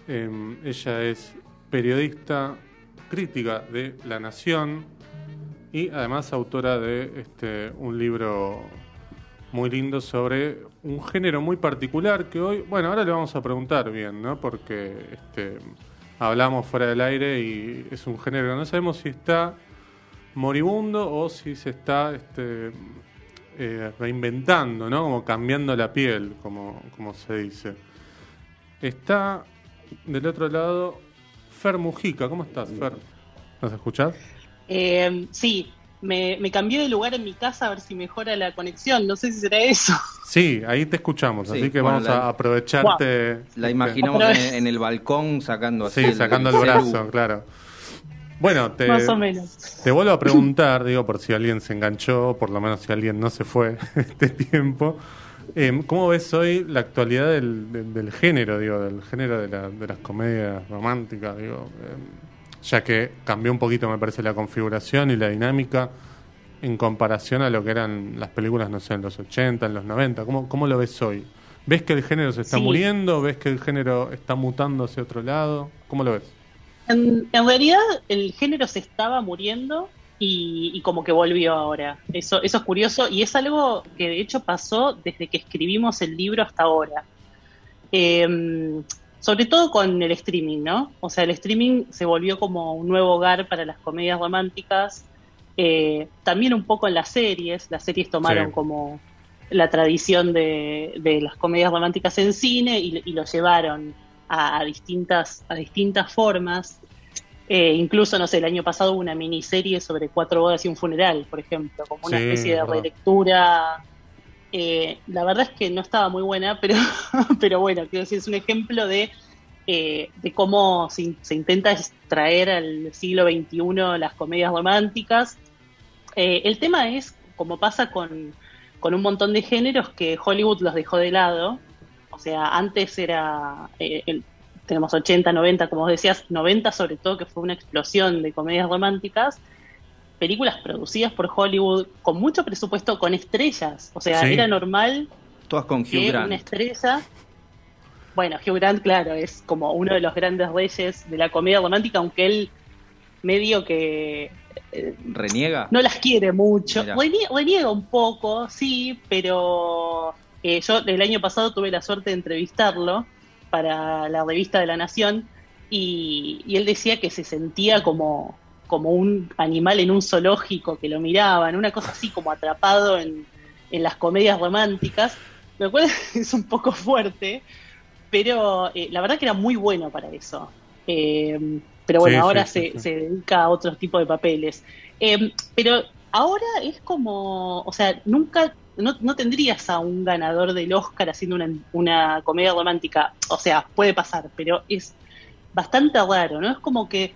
Ella es periodista, crítica de La Nación y además autora de un libro muy lindo sobre un género muy particular que hoy, bueno, ahora le vamos a preguntar bien, ¿no? Porque hablamos fuera del aire y es un género que no sabemos si está moribundo o si se está reinventando, ¿no? Como cambiando la piel, como se dice. Está del otro lado Fer Mujica. ¿Cómo estás, Fer? ¿Nos escuchás? Sí, me cambié de lugar en mi casa a ver si mejora la conexión. No sé si será eso. Sí, ahí te escuchamos, Sí, así que bueno, vamos a aprovecharte. La imaginamos en el balcón sacando así. Sí, sacando el brazo, claro. Bueno, más o menos. Te vuelvo a preguntar, digo, por si alguien se enganchó, por lo menos si alguien no se fue este tiempo. ¿Cómo ves hoy la actualidad del género, digo, del género de las comedias románticas, digo, ya que cambió un poquito, me parece, la configuración y la dinámica en comparación a lo que eran las películas, no sé, en los 80, en los 90? ¿Cómo lo ves hoy? ¿Ves que el género se está muriendo? ¿Ves que el género está mutando hacia otro lado? ¿Cómo lo ves? En realidad el género se estaba muriendo y como que volvió ahora. Eso es curioso y es algo que de hecho pasó desde que escribimos el libro hasta ahora. Sobre todo con el streaming, ¿no? O sea, el streaming se volvió como un nuevo hogar para las comedias románticas. También un poco en las series tomaron como la tradición de las comedias románticas en cine y lo llevaron a distintas formas. Incluso, no sé, el año pasado hubo una miniserie sobre 4 bodas y un funeral, por ejemplo, como una especie de relectura. La verdad es que no estaba muy buena, pero bueno, quiero decir, es un ejemplo de cómo se intenta extraer al siglo XXI las comedias románticas. El tema es, como pasa con un montón de géneros, que Hollywood los dejó de lado. O sea, antes era, tenemos 80, 90, como vos decías, 90 sobre todo, que fue una explosión de comedias románticas, películas producidas por Hollywood, con mucho presupuesto, con estrellas. O sea, era normal todas con Hugh Grant. Una estrella... Bueno, Hugh Grant, claro, es como uno de los grandes reyes de la comedia romántica, aunque él medio que... ¿Reniega? No las quiere mucho. Reniega un poco, sí, pero... yo el año pasado tuve la suerte de entrevistarlo para la revista de La Nación y él decía que se sentía como un animal en un zoológico, que lo miraban, una cosa así como atrapado en las comedias románticas, lo cual es un poco fuerte, pero la verdad que era muy bueno para eso. Pero bueno, ahora se dedica a otro tipo de papeles. Pero ahora es como, o sea, nunca... No tendrías a un ganador del Oscar haciendo una comedia romántica. O sea, puede pasar, pero es bastante raro, ¿no? Es como que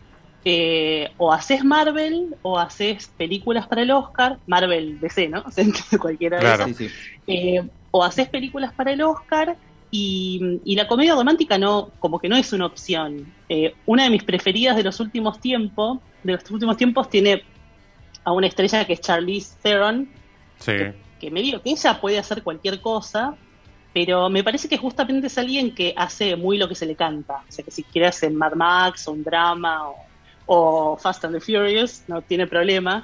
o haces Marvel o haces películas para el Oscar. Marvel, DC, ¿no? O sea, cualquiera de esas. Sí. O haces películas para el Oscar y la comedia romántica no, como que no es una opción. Una de mis preferidas de los últimos tiempos tiene a una estrella que es Charlize Theron. Sí. Que me digo que ella puede hacer cualquier cosa, pero me parece que justamente es alguien que hace muy lo que se le canta. O sea, que si quiere hacer Mad Max o un drama o Fast and the Furious, no tiene problema.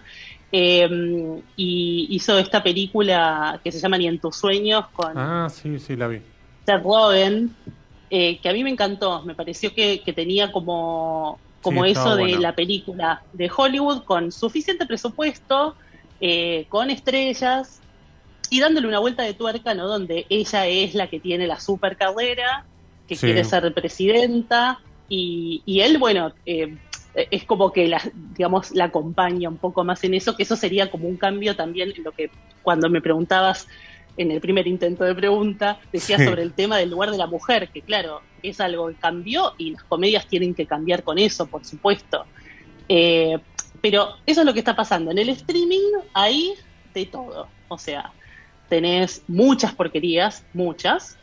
Y hizo esta película que se llama Ni en tus sueños con sí, la vi. Seth Rogen, que a mí me encantó. Me pareció que tenía como eso de la película de Hollywood con suficiente presupuesto, con estrellas, y dándole una vuelta de tuerca, ¿no? Donde ella es la que tiene la super carrera, que quiere ser presidenta, y él, bueno, es como que la acompaña un poco más en eso, que eso sería como un cambio también en lo que cuando me preguntabas en el primer intento de pregunta, decía sobre el tema del lugar de la mujer, que claro, es algo que cambió y las comedias tienen que cambiar con eso, por supuesto. Pero eso es lo que está pasando. En el streaming hay de todo, o sea, tenés muchas porquerías, muchas,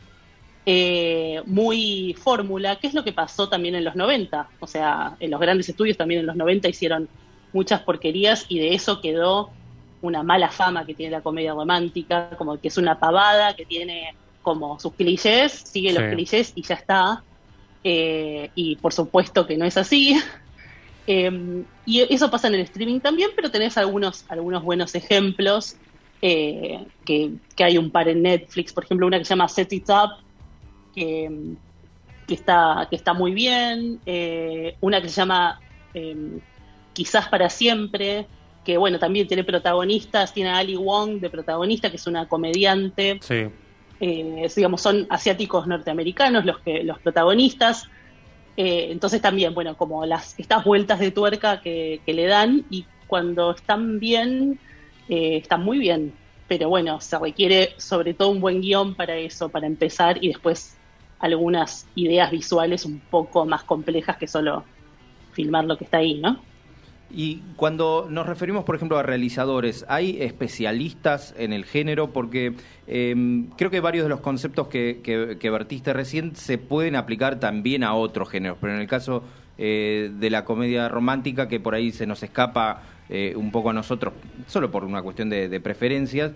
muy fórmula, que es lo que pasó también en los 90. O sea, en los grandes estudios también en los 90 hicieron muchas porquerías y de eso quedó una mala fama que tiene la comedia romántica, como que es una pavada, que tiene como sus clichés, sigue los clichés y ya está. y por supuesto que no es así. Y eso pasa en el streaming también, pero tenés algunos buenos ejemplos, que hay un par en Netflix, por ejemplo una que se llama Set It Up, que está muy bien, una que se llama Quizás para siempre, que bueno, también tiene protagonistas, tiene a Ali Wong de protagonista, que es una comediante. Sí. Digamos, son asiáticos norteamericanos los protagonistas. Entonces también, bueno, como estas vueltas de tuerca que le dan, y cuando están bien, están muy bien. Pero bueno, se requiere sobre todo un buen guión para eso, para empezar, y después algunas ideas visuales un poco más complejas que solo filmar lo que está ahí, ¿no? Y cuando nos referimos, por ejemplo, a realizadores, ¿hay especialistas en el género? Porque creo que varios de los conceptos que vertiste recién se pueden aplicar también a otros géneros, pero en el caso de la comedia romántica, que por ahí se nos escapa un poco a nosotros, solo por una cuestión de preferencias,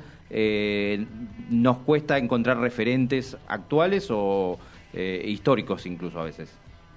nos cuesta encontrar referentes actuales o históricos incluso a veces.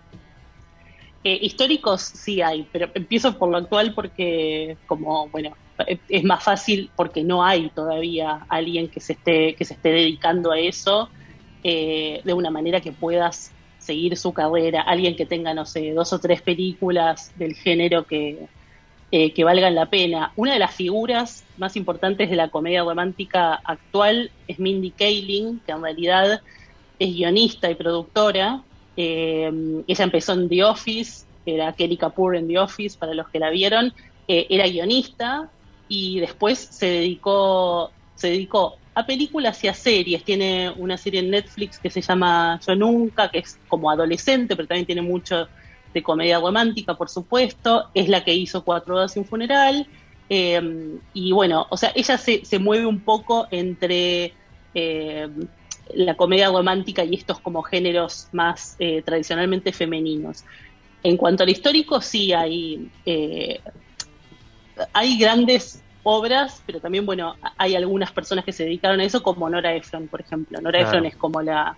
Históricos sí hay, pero empiezo por lo actual porque, como, bueno, es más fácil porque no hay todavía alguien que se esté dedicando a eso de una manera que puedas seguir su carrera, alguien que tenga, no sé, 2 o 3 películas del género que valgan la pena. Una de las figuras más importantes de la comedia romántica actual es Mindy Kaling, que en realidad es guionista y productora. Ella empezó en The Office, era Kelly Kapoor en The Office, para los que la vieron. Era guionista y después se dedicó a películas y a series. Tiene una serie en Netflix que se llama Yo Nunca, que es como adolescente, pero también tiene mucho de comedia romántica, por supuesto. Es la que hizo 4 bodas y un funeral. Y bueno, o sea, ella se mueve un poco entre la comedia romántica y estos como géneros más tradicionalmente femeninos. En cuanto al histórico, sí hay grandes obras, pero también, bueno, hay algunas personas que se dedicaron a eso, como Nora Ephron, por ejemplo. Nora Ephron es como la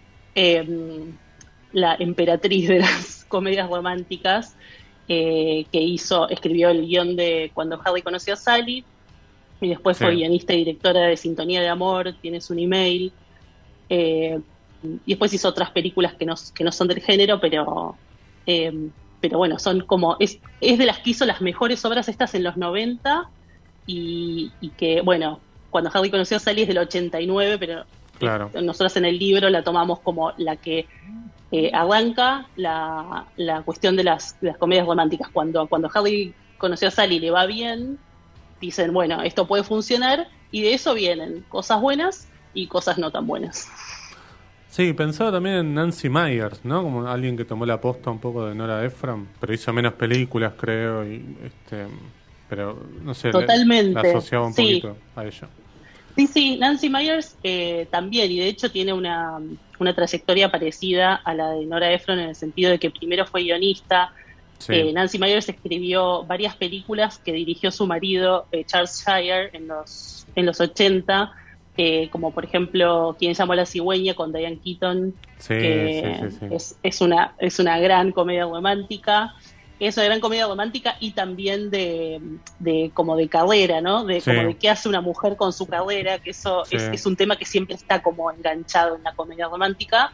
emperatriz de las comedias románticas, que escribió el guión de Cuando Harry conoció a Sally, y después fue guionista y directora de Sintonía de Amor, Tienes un email. Y después hizo otras películas que no son del género, pero bueno, son como es de las que hizo las mejores obras estas en los 90, y que, bueno, Cuando Harry conoció a Sally es del 89, pero claro, nosotros en el libro la tomamos como la que arranca la cuestión de las comedias románticas. Cuando Harry conoció a Sally le va bien, dicen, bueno, esto puede funcionar, y de eso vienen cosas buenas y cosas no tan buenas. Sí, pensaba también en Nancy Meyers, ¿no? Como alguien que tomó la posta un poco de Nora Ephron, pero hizo menos películas, creo, pero no sé, totalmente la asociaba un poquito a ella. Sí, Nancy Meyers también, y de hecho tiene una trayectoria parecida a la de Nora Ephron, en el sentido de que primero fue guionista. Sí. Nancy Meyers escribió varias películas que dirigió su marido, Charles Shire, en los 80, como por ejemplo Quien llamó a la cigüeña, con Diane Keaton, que sí. Es una gran comedia romántica. Es una gran comedia romántica y también de como de carrera, ¿no? Como de qué hace una mujer con su carrera, que eso es un tema que siempre está como enganchado en la comedia romántica.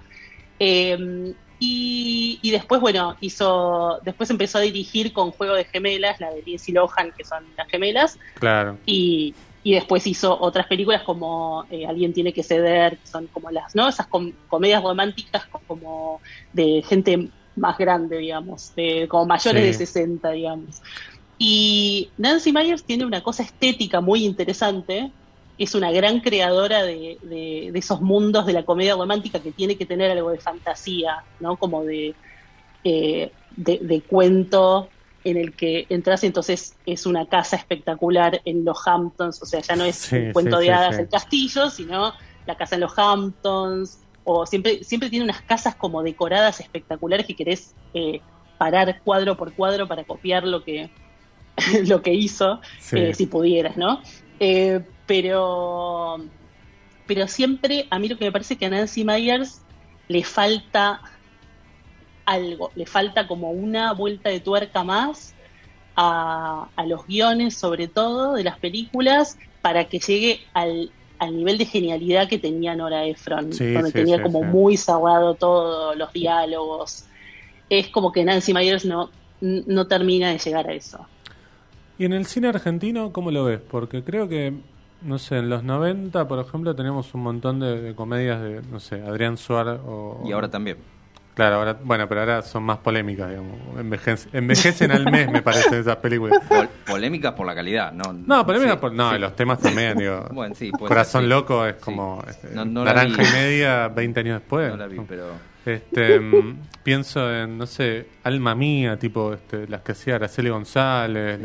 Y después, bueno, después empezó a dirigir con Juego de Gemelas, la de Lindsay Lohan, que son las gemelas. Claro. Y después hizo otras películas como Alguien tiene que ceder, que son como esas comedias románticas como de gente más grande, digamos, como mayores de 60, digamos. Y Nancy Meyers tiene una cosa estética muy interesante. Es una gran creadora de esos mundos de la comedia romántica, que tiene que tener algo de fantasía, ¿no? Como de cuento en el que entras y entonces es una casa espectacular en los Hamptons. O sea, ya no es un cuento de hadas el castillo, sino la casa en los Hamptons. O siempre tiene unas casas como decoradas espectaculares que querés parar cuadro por cuadro para copiar lo que hizo, si pudieras, ¿no? Pero siempre, a mí lo que me parece que a Nancy Meyers le falta algo, le falta como una vuelta de tuerca más a los guiones, sobre todo, de las películas, para que llegue al nivel de genialidad que tenía Nora Ephron, donde tenía como muy cerrado todos los diálogos. Es como que Nancy Meyers no termina de llegar a eso. ¿Y en el cine argentino cómo lo ves? Porque creo que, no sé, en los 90, por ejemplo, teníamos un montón de comedias de, no sé, Adrián Suárez y ahora también. Claro, ahora, bueno, pero ahora son más polémicas, digamos. Envejecen al mes, me parecen esas películas. Polémicas por la calidad, ¿no? No, polémicas por... No, los temas también, digo. Bueno, sí, Corazón Loco es como Naranja y Media 20 años después. No la vi, pero... Pienso en, no sé, Alma Mía, tipo las que hacía Araceli González,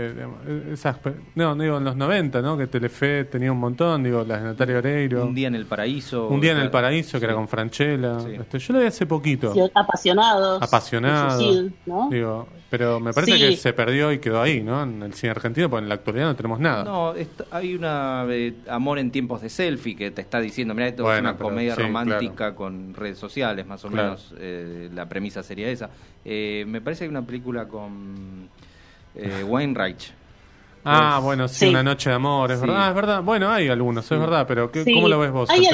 digo, en los 90, ¿no? Que Telefe tenía un montón, digo, las de Natalia Oreiro. Un Día en el Paraíso. Un Día en el Paraíso, que era con Franchella. Yo lo vi hace poquito. Sí, Apasionados. ¿no? Digo, pero me parece que se perdió y quedó ahí, ¿no? En el cine argentino, porque en la actualidad no tenemos nada. No, hay una Amor en tiempos de selfie que te está diciendo, mira, esto es una comedia romántica con redes sociales, más o menos. La premisa sería esa. Me parece que hay una película con Wainwright. Bueno, sí, Una noche de amor, es verdad, es verdad. Bueno, hay algunos, es verdad, pero ¿cómo lo ves vos? Hay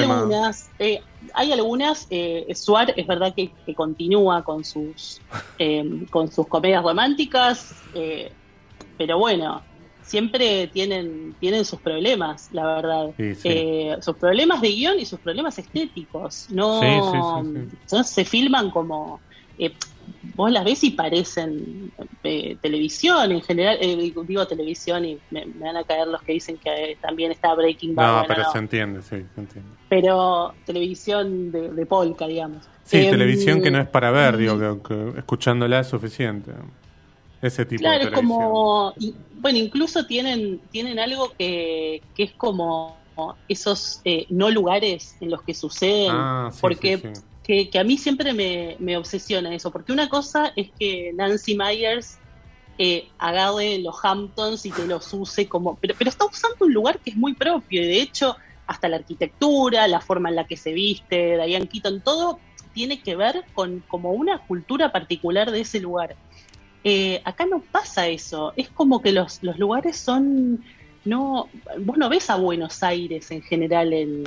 algunas. Suar es verdad que continúa con sus comedias románticas, pero bueno, siempre tienen sus problemas, la verdad. Sus problemas de guión y sus problemas estéticos. No se filman como... vos las ves y parecen televisión en general. Digo televisión y me van a caer los que dicen que también está Breaking Bad. No, pero se entiende, se entiende. Pero televisión de polka, digamos. Sí, televisión que no es para ver, digo, que escuchándola es suficiente. Ese tipo de televisión. Como... Bueno, incluso tienen algo que es como esos no lugares en los que suceden, porque que a mí siempre me obsesiona eso, porque una cosa es que Nancy Meyers agarre los Hamptons y te los use como... Pero está usando un lugar que es muy propio, y de hecho hasta la arquitectura, la forma en la que se viste, Diane Keaton, todo tiene que ver con como una cultura particular de ese lugar. Acá no pasa eso, es como que los lugares son... vos no ves a Buenos Aires en general en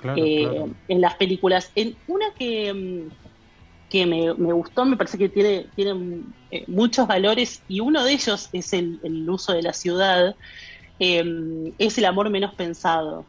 las películas. En una que me gustó, me parece que tiene muchos valores, y uno de ellos es el uso de la ciudad, es El amor menos pensado.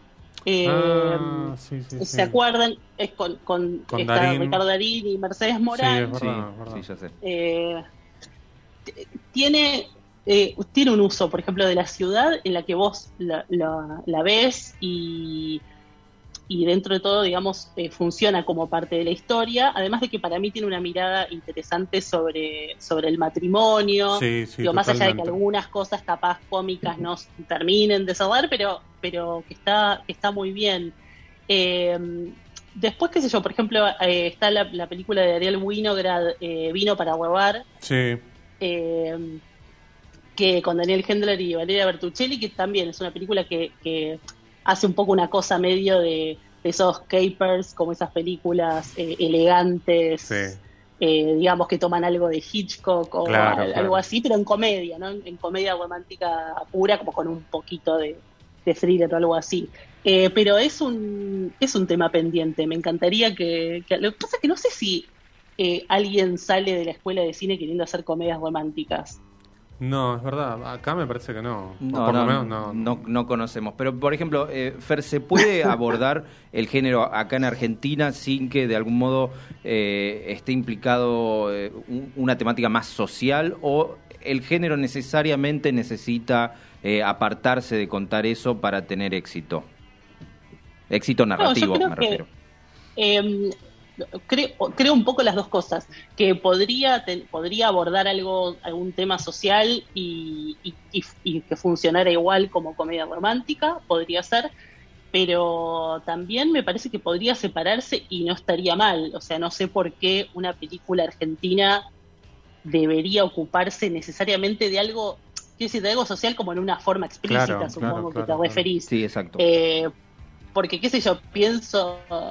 ¿Se acuerdan? Es con Darín. Ricardo Darín y Mercedes Morán. Sí, es verdad. Sí, ya sé. Tiene un uso, por ejemplo, de la ciudad en la que vos la ves y dentro de todo, digamos, funciona como parte de la historia, además de que para mí tiene una mirada interesante sobre el matrimonio, más allá de que algunas cosas capaz cómicas no terminen de cerrar, pero que está muy bien. Después, qué sé yo, por ejemplo, está la película de Ariel Winograd, Vino para huevar, que con Daniel Hendler y Valeria Bertuccelli, que también es una película que hace un poco una cosa medio de esos capers, como esas películas elegantes, digamos, que toman algo de Hitchcock o algo así, pero en comedia, ¿no? En comedia romántica pura, como con un poquito de thriller o algo así. Pero es un tema pendiente. Me encantaría que... Lo que pasa es que no sé si alguien sale de la escuela de cine queriendo hacer comedias románticas. No, es verdad. Acá me parece que no. No conocemos. Pero, por ejemplo, Fer, ¿se puede abordar el género acá en Argentina sin que de algún modo esté implicado una temática más social, o el género necesariamente necesita apartarse de contar eso para tener éxito? Éxito narrativo, me refiero. Creo un poco las dos cosas, que podría abordar algún tema social y que funcionara igual como comedia romántica, podría ser, pero también me parece que podría separarse y no estaría mal. O sea, no sé por qué una película argentina debería ocuparse necesariamente de algo, quiero decir, de algo social como en una forma explícita, supongo que te referís. Sí, exacto. Porque, qué sé yo, pienso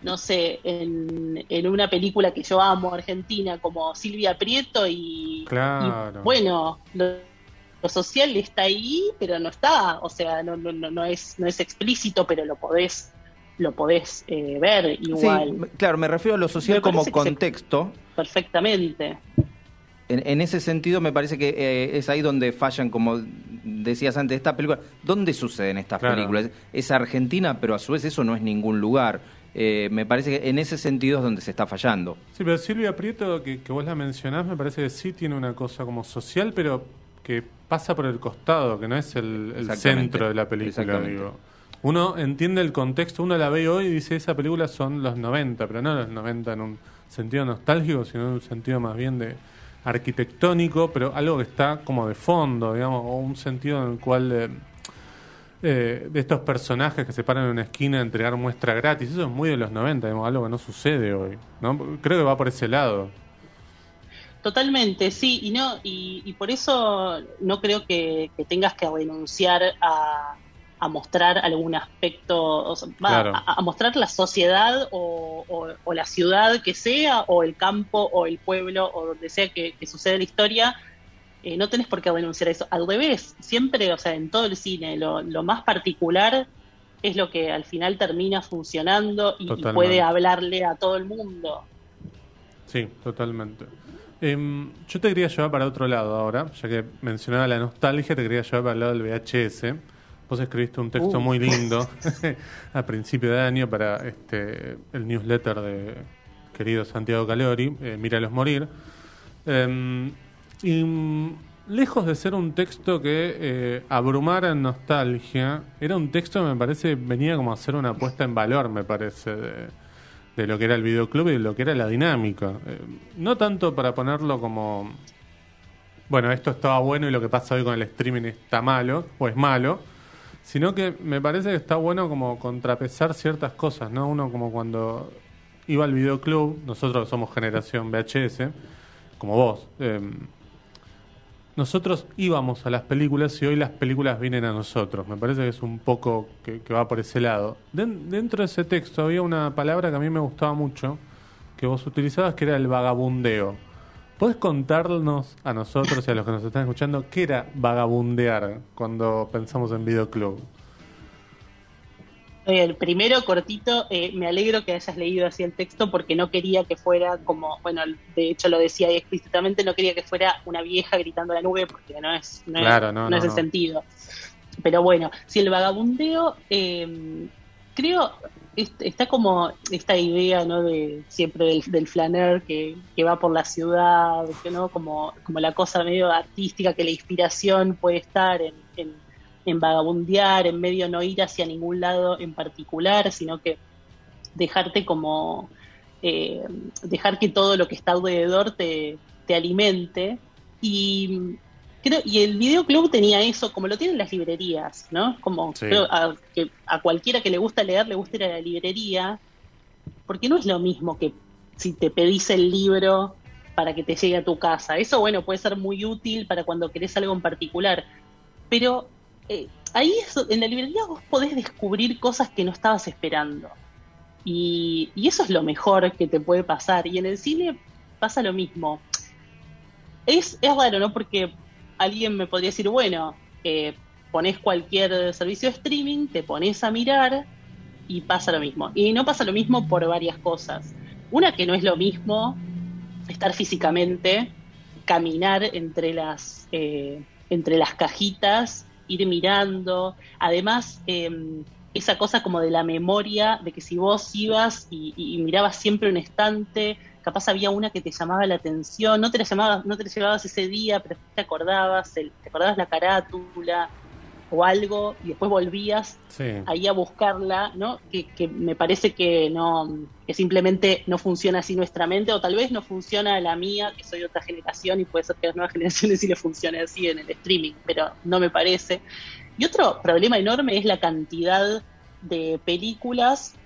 no sé, en una película que yo amo, argentina, como Silvia Prieto, y bueno, lo social está ahí, pero no está, o sea, no es explícito, pero lo podés ver igual. Sí, claro, me refiero a lo social como contexto. Perfectamente. En ese sentido me parece que es ahí donde fallan, como decías antes, esta película. ¿Dónde suceden estas películas? Es Argentina, pero a su vez eso no es ningún lugar. Me parece que en ese sentido es donde se está fallando. Sí, pero Silvia Prieto, que vos la mencionás, me parece que sí tiene una cosa como social, pero que pasa por el costado, que no es el centro de la película, digo. Uno entiende el contexto, uno la ve hoy y dice, esa película son los 90, pero no los 90 en un sentido nostálgico, sino en un sentido más bien de arquitectónico, pero algo que está como de fondo, digamos, o un sentido en el cual de estos personajes que se paran en una esquina a entregar muestra gratis, eso es muy de los 90, digamos, algo que no sucede hoy, ¿no? Creo que va por ese lado. Totalmente, sí, y por eso no creo que tengas que renunciar a mostrar algún aspecto, o sea, a mostrar la sociedad o la ciudad que sea, o el campo, o el pueblo, o donde sea que sucede la historia. No tenés por qué renunciar a eso. Al revés, siempre, o sea, en todo el cine, lo más particular es lo que al final termina funcionando y puede hablarle a todo el mundo. Sí, totalmente. Yo te quería llevar para otro lado ahora, ya que mencionaba la nostalgia, te quería llevar para el lado del VHS. Vos escribiste un texto muy lindo a principio de año para el newsletter de querido Santiago Calori, Míralos Morir. Y lejos de ser un texto que abrumara en nostalgia, era un texto que me parece venía como a hacer una puesta en valor, me parece, de lo que era el videoclub y de lo que era la dinámica. No tanto para ponerlo como, bueno, esto estaba bueno y lo que pasa hoy con el streaming está malo, o es malo, sino que me parece que está bueno como contrapesar ciertas cosas, ¿no? Uno como cuando iba al videoclub, nosotros somos generación VHS, como vos, nosotros íbamos a las películas y hoy las películas vienen a nosotros. Me parece que es un poco que va por ese lado. Dentro de ese texto había una palabra que a mí me gustaba mucho, que vos utilizabas, que era el vagabundeo. ¿Podés contarnos a nosotros y a los que nos están escuchando qué era vagabundear cuando pensamos en videoclub? El primero, cortito, me alegro que hayas leído así el texto porque no quería que fuera como, bueno, de hecho lo decía ahí explícitamente, no quería que fuera una vieja gritando a la nube porque no es el sentido. Pero bueno, si el vagabundeo, creo, está como esta idea, ¿no? De siempre del flaner que va por la ciudad, que no como la cosa medio artística, que la inspiración puede estar en vagabundear, en medio no ir hacia ningún lado en particular, sino que dejarte como dejar que todo lo que está alrededor te alimente. Y el videoclub tenía eso, como lo tienen las librerías, ¿no? Como sí. Creo que a cualquiera que le gusta leer, le gusta ir a la librería, porque no es lo mismo que si te pedís el libro para que te llegue a tu casa. Eso, bueno, puede ser muy útil para cuando querés algo en particular, pero ahí en la librería vos podés descubrir cosas que no estabas esperando. Y eso es lo mejor que te puede pasar. Y en el cine pasa lo mismo. Es raro, ¿no? Porque alguien me podría decir, bueno, ponés cualquier servicio de streaming, te pones a mirar y pasa lo mismo. Y no pasa lo mismo por varias cosas. Una, que no es lo mismo estar físicamente, caminar entre las cajitas, ir mirando. Además, esa cosa como de la memoria, de que si vos ibas y mirabas siempre un estante, capaz había una que te llamaba la atención, no te la llevabas ese día, pero te acordabas la carátula o algo, y después volvías ahí a buscarla, ¿no? Que me parece que simplemente no funciona así nuestra mente, o tal vez no funciona la mía, que soy de otra generación, y puede ser que a las nuevas generaciones sí le funcione así en el streaming, pero no me parece. Y otro problema enorme es la cantidad de películas.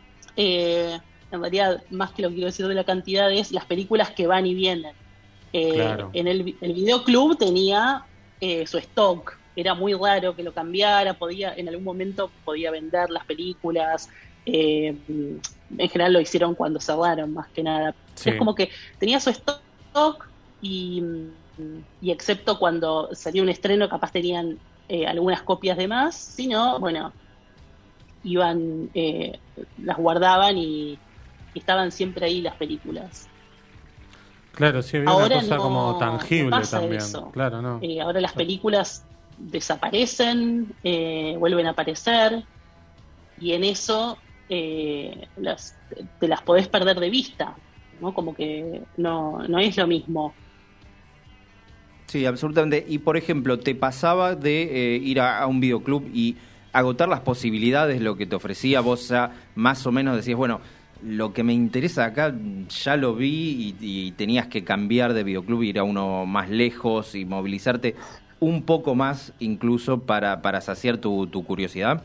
En realidad, más que lo que quiero decir de la cantidad, es las películas que van y vienen. Claro. En el videoclub tenía su stock. Era muy raro que lo cambiara, en algún momento podía vender las películas, en general lo hicieron cuando cerraron, más que nada. Sí. Es como que tenía su stock y excepto cuando salió un estreno, capaz tenían algunas copias de más, si no, bueno, iban, las guardaban y estaban siempre ahí las películas. Claro, sí, había Ahora una cosa como tangible pasa también. eso. Claro, no. Ahora las películas desaparecen, vuelven a aparecer, y en eso te las podés perder de vista, ¿no? Como que no es lo mismo. Sí, absolutamente. Y por ejemplo, ¿te pasaba de ir a un videoclub y agotar las posibilidades, lo que te ofrecía? Vos ya más o menos decías, bueno, lo que me interesa acá ya lo vi y tenías que cambiar de videoclub, ir a uno más lejos y movilizarte un poco más incluso para saciar tu curiosidad.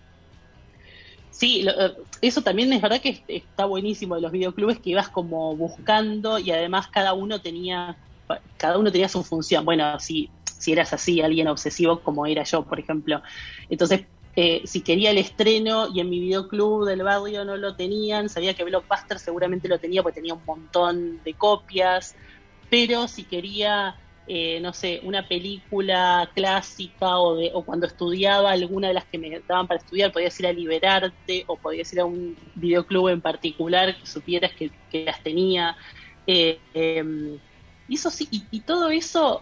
Sí, eso también es verdad que está buenísimo de los videoclubes, que ibas como buscando y además cada uno tenía su función. Bueno, si eras así, alguien obsesivo como era yo, por ejemplo. Entonces, si quería el estreno y en mi videoclub del barrio no lo tenían, sabía que Blockbuster seguramente lo tenía porque tenía un montón de copias, pero si quería, no sé, una película clásica o cuando estudiaba alguna de las que me daban para estudiar, podías ir a Liberarte o podías ir a un videoclub en particular que supieras que las tenía. Y eso sí, y todo eso,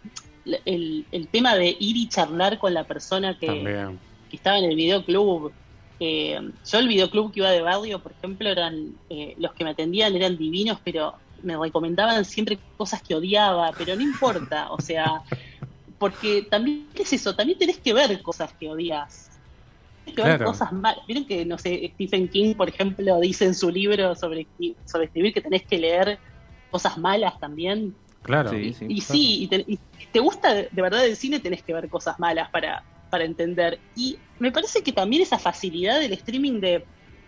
el tema de ir y charlar con la persona que estaba en el videoclub. Yo el videoclub que iba de barrio, por ejemplo, eran los que me atendían eran divinos, pero me recomendaban siempre cosas que odiaba, pero no importa, o sea, porque también es eso, también tenés que ver cosas que odias. Tenés que ver cosas malas. Vieron que, no sé, Stephen King, por ejemplo, dice en su libro sobre escribir que tenés que leer cosas malas también. Claro. Y claro. sí, y te gusta de verdad el cine, tenés que ver cosas malas para entender. Y me parece que también esa facilidad del streaming de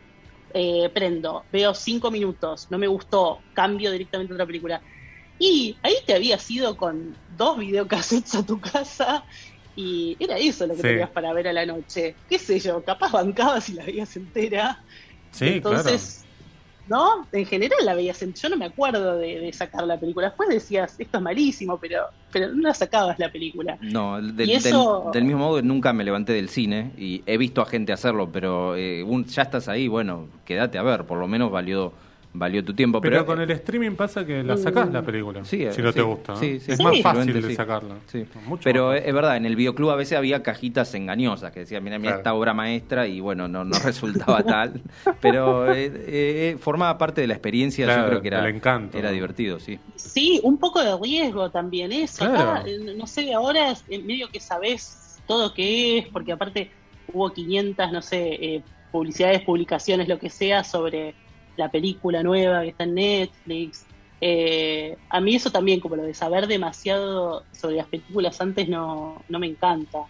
prendo, veo 5 minutos, no me gustó, cambio directamente a otra película. Y ahí te habías ido con 2 videocassettes a tu casa y era eso lo que tenías para ver a la noche. Qué sé yo, capaz bancabas y la veías entera. Sí, entonces, ¿no? En general la veías yo no me acuerdo de sacar la película. Después decías, esto es malísimo, pero no la sacabas la película. No, del mismo modo nunca me levanté del cine y he visto a gente hacerlo, pero ya estás ahí, bueno, quédate a ver, por lo menos valió tu tiempo. Pero con el streaming pasa que la sacás la película, si no te gusta, ¿no? Sí, es más fácil de sacarla. Sí. Pero es verdad, en el videoclub a veces había cajitas engañosas que decían, mira esta obra maestra, y bueno, no resultaba tal, pero formaba parte de la experiencia, yo creo que era encanto, era divertido, sí. Sí, un poco de riesgo también eso. Claro. Acá, no sé, ahora medio que sabés todo qué es, porque aparte hubo 500, no sé, publicidades, publicaciones, lo que sea, sobre la película nueva que está en Netflix. A mí eso también, como lo de saber demasiado sobre las películas antes, no me encanta.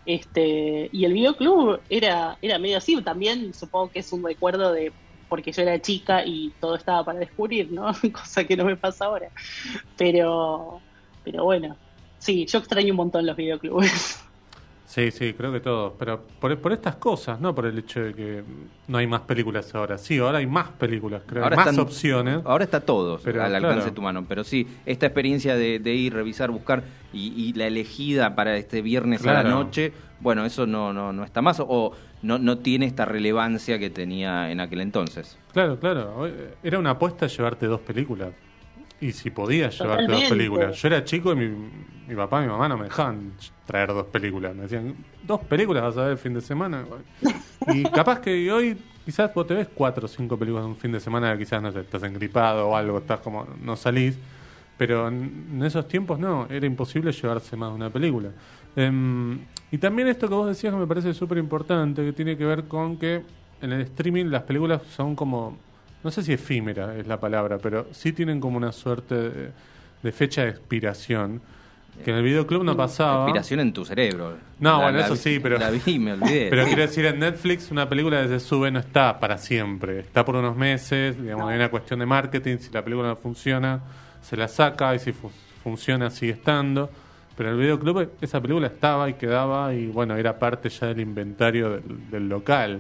Y el videoclub era medio así, también supongo que es un recuerdo de porque yo era chica y todo estaba para descubrir, ¿no? Cosa que no me pasa ahora. Pero bueno, sí, yo extraño un montón los videoclubes. Sí, creo que todos, pero por estas cosas, no por el hecho de que no hay más películas ahora. Sí, ahora hay más películas, creo, ahora hay más opciones. Ahora está todo al alcance de tu mano, pero sí, esta experiencia de ir, revisar, buscar y la elegida para este viernes a la noche, bueno, eso no está más o no tiene esta relevancia que tenía en aquel entonces. Claro, era una apuesta llevarte 2 películas. Y si podías llevarte 2 películas. Yo era chico y mi papá y mi mamá no me dejaban traer 2 películas. Me decían, 2 películas vas a ver el fin de semana. Y capaz que hoy quizás vos te ves 4 o 5 películas en un fin de semana, quizás no sé, estás engripado o algo, estás como no salís. Pero en esos tiempos no, era imposible llevarse más de una película. Y también esto que vos decías que me parece súper importante, que tiene que ver con que en el streaming las películas son como... No sé si efímera es la palabra, pero sí tienen como una suerte de fecha de expiración, que en el videoclub no pasaba. Expiración en tu cerebro. No, eso sí, pero... La vi, me olvidé. Pero quiero decir, en Netflix una película desde sube no está para siempre, está por unos meses, digamos, hay una cuestión de marketing, si la película no funciona, se la saca, y si funciona sigue estando. Pero en el videoclub esa película estaba y quedaba, y bueno, era parte ya del inventario del local.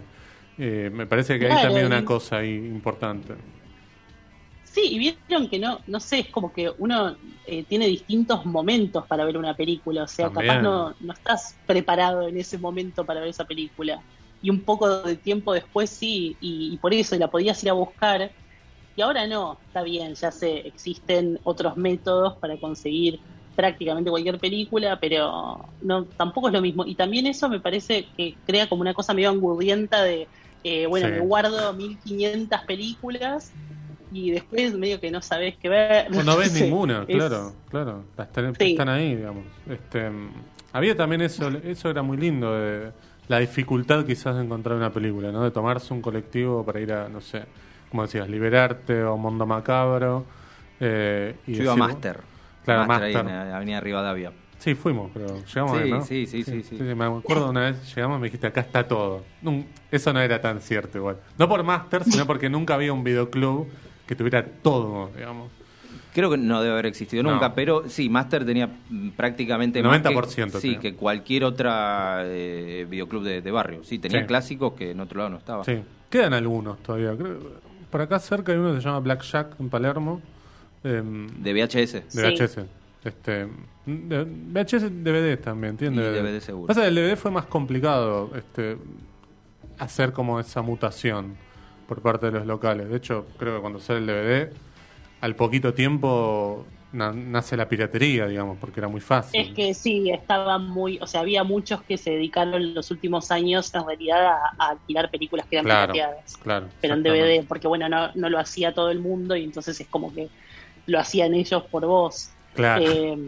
Me parece que hay también una cosa ahí importante. Sí, y vieron que no sé, es como que uno tiene distintos momentos para ver una película, o sea, También. capaz no estás preparado en ese momento para ver esa película. Y un poco de tiempo después sí, y por eso, y la podías ir a buscar, y ahora no, está bien, ya sé, existen otros métodos para conseguir prácticamente cualquier película, pero no, tampoco es lo mismo. Y también eso me parece que crea como una cosa medio angurrienta de, bueno, Sí. me guardo 1500 películas y después medio que no sabés qué ver. Pues no ves sé, ninguna, es- claro. Sí. Están ahí, digamos. Había también eso era muy lindo, de la dificultad quizás de encontrar una película, ¿no? De tomarse un colectivo para ir a, no sé, como decías, Liberarte o Mundo Macabro. Y Yo iba a decir, Master. Claro, Master ahí Master. en Avenida Rivadavia. Sí, fuimos, pero llegamos Sí, ahí, ¿no? sí. Me acuerdo una vez llegamos y me dijiste, acá está todo. Eso no era tan cierto igual. No por Master, sino porque nunca había un videoclub que tuviera todo, digamos. Creo que no debe haber existido nunca, No. pero sí, Master tenía prácticamente 90% más que cualquier otra videoclub de barrio. Sí, tenía Sí. clásicos que en otro lado no estaba. Sí, quedan algunos todavía. Por acá cerca hay uno que se llama Blackjack en Palermo. De VHS. De VHS. De VHS DVD también, Y ¿entiendes? DVD seguro. Pasa que el DVD fue más complicado hacer como esa mutación por parte de los locales. De hecho, creo que cuando sale el DVD, al poquito tiempo nace la piratería, digamos, porque era muy fácil. Es que sí, estaban muy, o sea, había muchos que se dedicaron en los últimos años en realidad a alquilar películas que eran Claro, pirateadas. claro. Pero en exactamente. DVD, porque bueno, no lo hacía todo el mundo y entonces es como que lo hacían ellos por vos. Claro.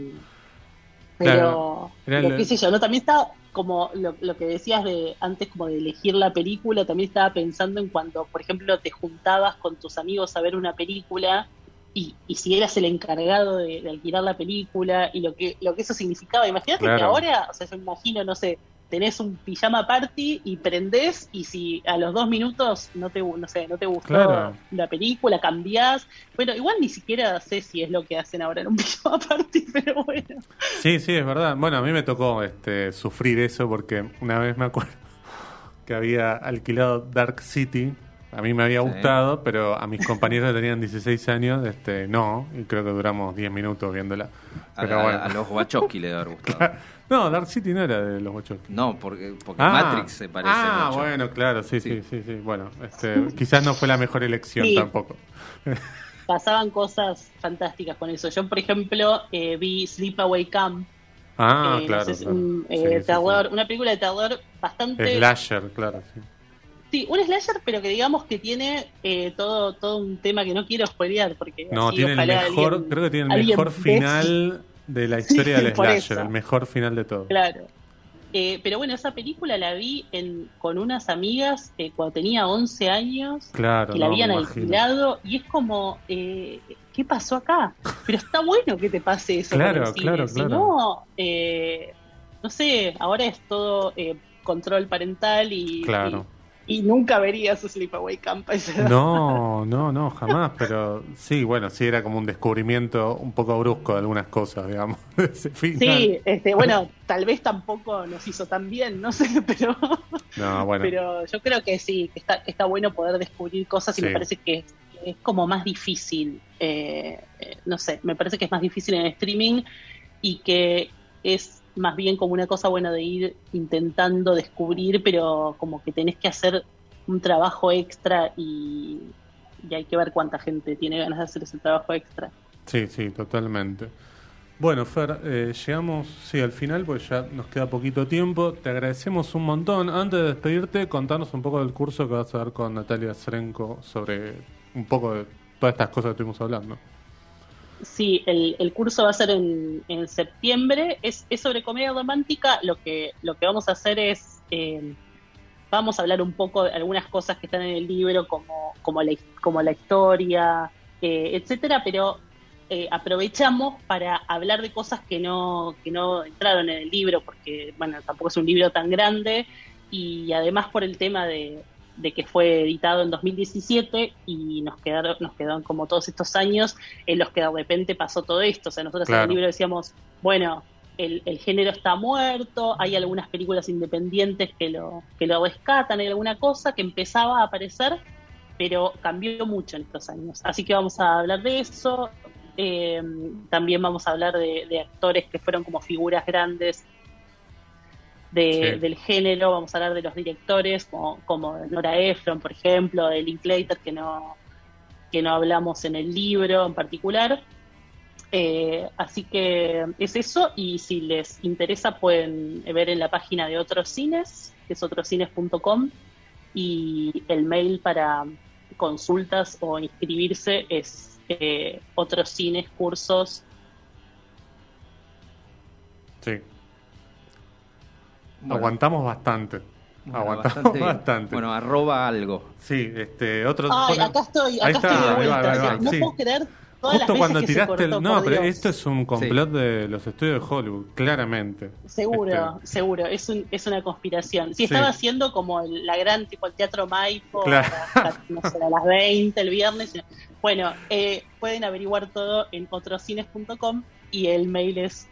Pero, Era qué sé yo, ¿no? También estaba como lo que decías de antes, como de elegir la película, también estaba pensando en cuando, por ejemplo, te juntabas con tus amigos a ver una película y si eras el encargado de alquilar la película y lo que eso significaba. Imagínate Claro. que ahora, o sea, yo imagino, no sé, tenés un pijama party y prendés y si a los 2 minutos no te gustó Claro. la película, cambiás. Bueno, igual ni siquiera sé si es lo que hacen ahora en un pijama party, pero bueno. Sí, es verdad. Bueno, a mí me tocó sufrir eso porque una vez me acuerdo que había alquilado Dark City. A mí me había Sí. gustado, pero a mis compañeros que tenían 16 años, no. Y creo que duramos 10 minutos viéndola. Pero bueno. A los Wachowski le debe haber gustado. No, Dark City no era de los Wachowski. No, porque Matrix se parece mucho. Bueno, claro, sí. Bueno, quizás no fue la mejor elección Sí. tampoco. Pasaban cosas fantásticas con eso. Yo, por ejemplo, vi Sleepaway Camp. Ah, No claro. sé, es claro. un Sí, sí, terror, una película de terror bastante... Slasher, claro, sí. Sí, un slasher, pero que digamos que tiene todo un tema que no quiero spoilear, porque No, así, tiene el ojalá mejor, alguien- creo que tiene el alguien mejor ve- final de la historia Sí, del por slasher, eso. el mejor final de todo. Claro. Pero bueno, esa película la vi con unas amigas cuando tenía 11 años, Claro, que la no, habían me imagino. alquilado, y es como, ¿qué pasó acá? Pero está bueno que te pase eso. Claro, con el cine. claro, Si claro. no, no sé, ahora es todo control parental Claro. y nunca verías Sleepaway Camp a esa edad. No, jamás, pero sí, bueno, sí era como un descubrimiento un poco brusco de algunas cosas, digamos, de ese final. Sí, bueno, tal vez tampoco nos hizo tan bien, no sé, pero... No, bueno, Pero yo creo que sí, que está bueno poder descubrir cosas y Sí. me parece que es como más difícil, no sé, me parece que es más difícil en streaming y que es más bien como una cosa buena de ir intentando descubrir, pero como que tenés que hacer un trabajo extra y hay que ver cuánta gente tiene ganas de hacer ese trabajo extra. sí, totalmente. Bueno, Fer, llegamos al final, pues ya nos queda poquito tiempo. Te agradecemos un montón. Antes de despedirte, contanos un poco del curso que vas a dar con Natalia Srenko sobre un poco de todas estas cosas que estuvimos hablando. Sí, el curso va a ser en septiembre, es sobre comedia romántica. Lo que vamos a hacer es, vamos a hablar un poco de algunas cosas que están en el libro, como la historia, etcétera, pero aprovechamos para hablar de cosas que no entraron en el libro, porque bueno, tampoco es un libro tan grande, y además por el tema de que fue editado en 2017 y nos quedaron como todos estos años en los que de repente pasó todo esto. O sea, nosotros en Claro. el libro decíamos, bueno, el género está muerto, hay algunas películas independientes que lo rescatan, hay alguna cosa que empezaba a aparecer, pero cambió mucho en estos años. Así que vamos a hablar de eso. También vamos a hablar de actores que fueron como figuras grandes del género. Vamos a hablar de los directores como Nora Ephron, por ejemplo, de Linklater, que no hablamos en el libro en particular. Así que es eso, y si les interesa pueden ver en la página de Otros Cines, que es otroscines.com, y el mail para consultas o inscribirse es Otros Cines Cursos. Sí. Bueno. Aguantamos bastante. Aguantamos bastante. Bueno, arroba algo. Sí, otro. Ay, acá estoy de vuelta. Ahí va. No sí. puedo creer. Justo cuando tiraste no, pero esto es un complot de los estudios de Hollywood, claramente. Seguro, es una conspiración. Sí, estaba haciendo como la gran, tipo el Teatro Maipo, claro. No sé, a las 20 el viernes. Bueno, pueden averiguar todo en otroscines.com y el mail es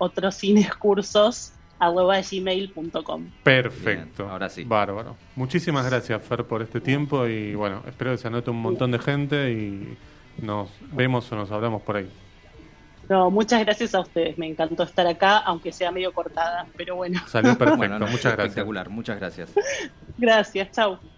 otroscinescursos@gmail.com. Perfecto. Bien, ahora sí. Bárbaro. Muchísimas gracias, Fer, por este tiempo y bueno, espero que se anote un montón de gente y nos vemos o nos hablamos por ahí. No, muchas gracias a ustedes. Me encantó estar acá, aunque sea medio cortada, pero bueno. Salió perfecto. Bueno, muchas gracias. Espectacular, muchas gracias. Gracias, chau.